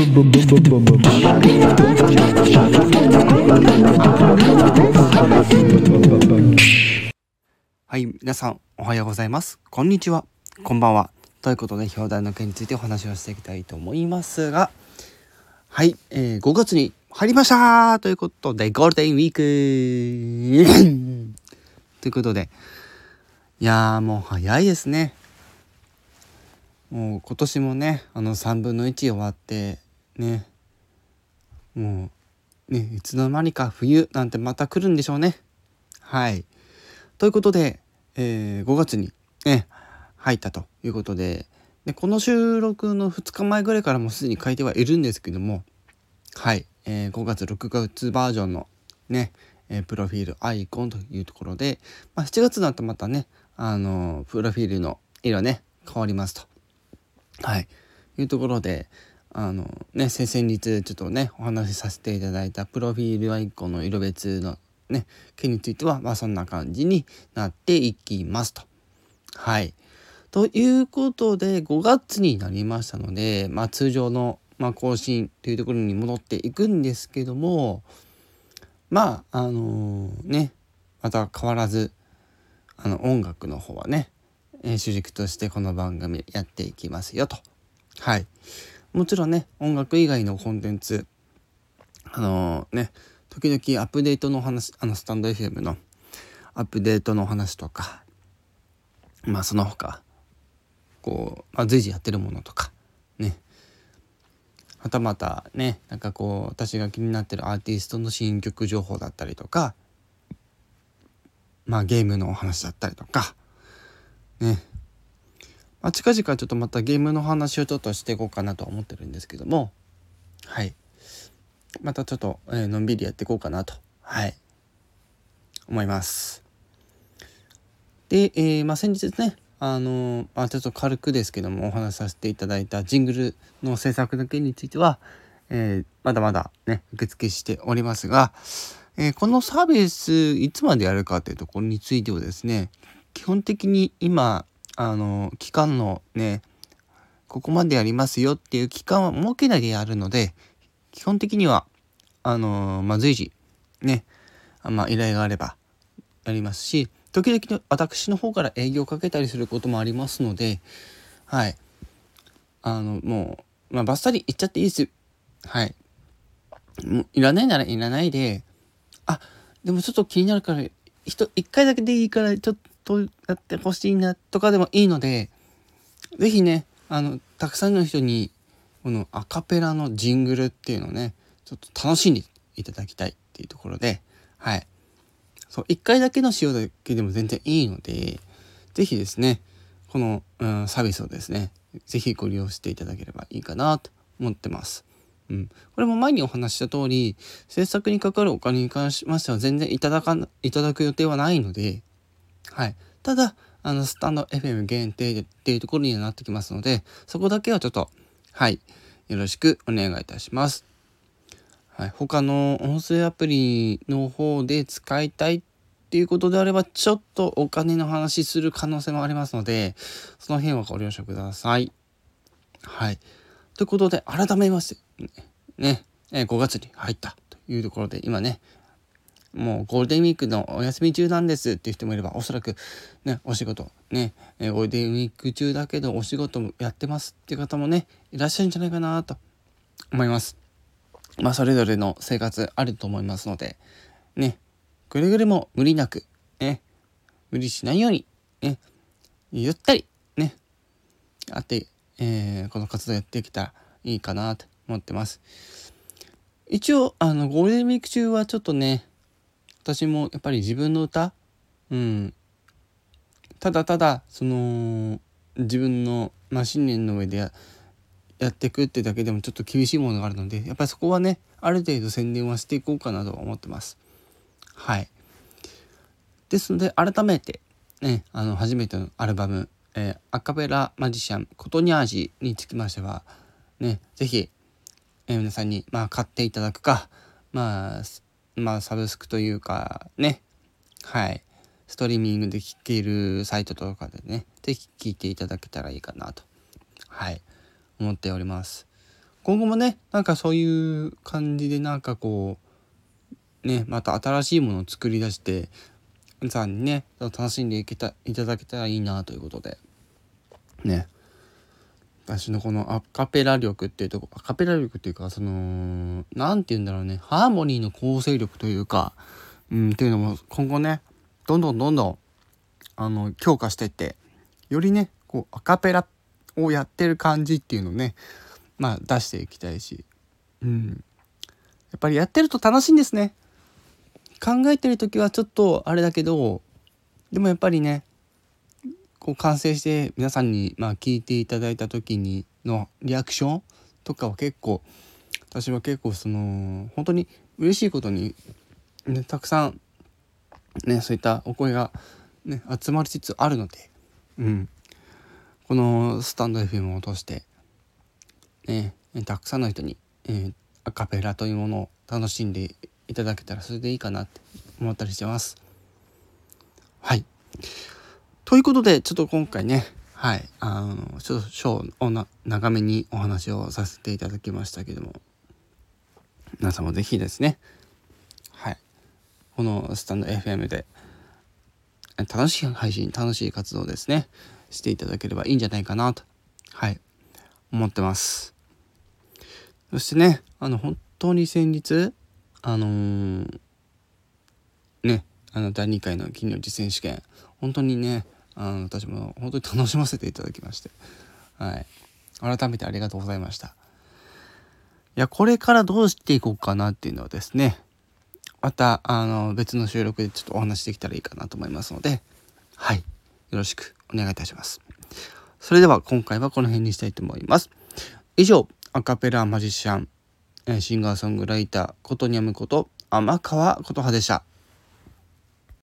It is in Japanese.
はい、皆さんおはようございます。こんにちは。こんばんは。ということで、表題の件についてお話をしていきたいと思いますが、はい、5月に入りましたということで、ゴールデンウィークということで、いやーもう早いですね。もう今年もね、3分の1終わってね、もうね、いつの間にか冬なんてまた来るんでしょうね。はい。ということで、5月にね、入ったということで、この収録の2日前ぐらいからもうすでに書いてはいるんですけども、はい、5月6月バージョンのね、プロフィールアイコンというところで、7月になるとまたね、プロフィールの色ね、変わりますと。はい、いうところで、先日ちょっとね、お話しさせていただいたプロフィールアイコンの色別のね、件については、そんな感じになっていきますと。はい。ということで、5月になりましたので、通常の、更新というところに戻っていくんですけども、また変わらず、音楽の方はね、主軸としてこの番組やっていきますよと。はい。もちろんね、音楽以外のコンテンツ、時々アップデートの話、スタンド FM のアップデートの話とか、その他、随時やってるものとか、ね。はたまたね、私が気になってるアーティストの新曲情報だったりとか、ゲームのお話だったりとか、ね。近々ちょっとまたゲームの話をちょっとしていこうかなと思ってるんですけども、はい。またちょっと、のんびりやっていこうかなと、はい、思います。で、先日ね、ちょっと軽くですけどもお話しさせていただいたジングルの制作の件については、まだまだね、受付しておりますが、このサービスいつまでやるかというところについてはですね、基本的に今、期間のね、ここまでやりますよっていう期間は設けないでやるので、基本的には、随時、ね、依頼があればやりますし、時々私の方から営業かけたりすることもありますので、はい。もう、バッサリ言っちゃっていいです。はい。もういらないならいらないで、でもちょっと気になるから、一回だけでいいから、ちょっとやってほしいなとかでもいいので、ぜひね、たくさんの人に、このアカペラのジングルっていうのをね、ちょっと楽しんでいただきたいっていうところで、はい。そう、一回だけの使用だけでも全然いいので、ぜひですね、この、サービスをですね、ぜひご利用していただければいいかなと思ってます。これも前にお話しした通り、制作にかかるお金に関しましては全然いただく予定はないので、はい。ただ、スタンド FM 限定でっていうところにはなってきますので、そこだけはちょっと、はい、よろしくお願いいたします。はい。他の音声アプリの方で使いたいっていうことであれば、ちょっとお金の話する可能性もありますので、その辺はご了承ください。はい。ということで、改めましてね、5月に入ったというところで、今ね、もうゴールデンウィークのお休み中なんですっていう人もいれば、おそらくね、お仕事ね、ゴールデンウィーク中だけどお仕事もやってますっていう方もね、いらっしゃるんじゃないかなと思います。それぞれの生活あると思いますので、ね、くれぐれも無理なく、ね、無理しないように、ね、ゆったり、ね、あって、この活動やっていけたらいいかなと思ってます。一応、ゴールデンウィーク中はちょっとね、私もやっぱり自分の歌、ただただ、自分の、信念の上でやっていくってだけでもちょっと厳しいものがあるので、やっぱりそこはね、ある程度宣伝はしていこうかなと思ってます。はい。ですので、改めて、ね、初めてのアルバム、アカペラマジシャンコトニャージにつきましては、ね、ぜひ、皆さんに、買っていただくか、サブスクというか、ね、はい、ストリーミングで聴けるサイトとかでね、ぜひ聴いていただけたらいいかなと、はい、思っております。 今後もねなんかそういう感じでなんかこうねまた新しいものを作り出して皆さんにね楽しんでいただけたらいいなということでね、私のこのアカペラ力っていうとこアカペラ力っていうかそのなんて言うんだろうねハーモニーの構成力というかっていうのも今後ねどんどん強化していってよりねこうアカペラをやってる感じっていうのをね出していきたいし、やっぱりやってると楽しいんですね。考えてる時はちょっとあれだけどでもやっぱりねこう完成して皆さんに聞いていただいた時にのリアクションとかは私は結構その本当に嬉しいことに、ね、たくさんねそういったお声が、ね、集まりつつあるので、このスタンド FM を通してねたくさんの人に、アカペラというものを楽しんでいただけたらそれでいいかなって思ったりしてます。はい。ということでちょっと今回ねちょっとショーを長めにお話をさせていただきましたけども皆さんもぜひですねこのスタンド FM で楽しい配信楽しい活動ですねしていただければいいんじゃないかなと思ってます。そしてね本当に先日第2回の金曜実践試験本当にね私も本当に楽しませていただきまして改めてありがとうございました。いやこれからどうしていこうかなっていうのはですねまた別の収録でちょっとお話できたらいいかなと思いますのでよろしくお願いいたします。それでは今回はこの辺にしたいと思います。以上アカペラマジシャンシンガーソングライターことにゃむこと天川琴葉でした。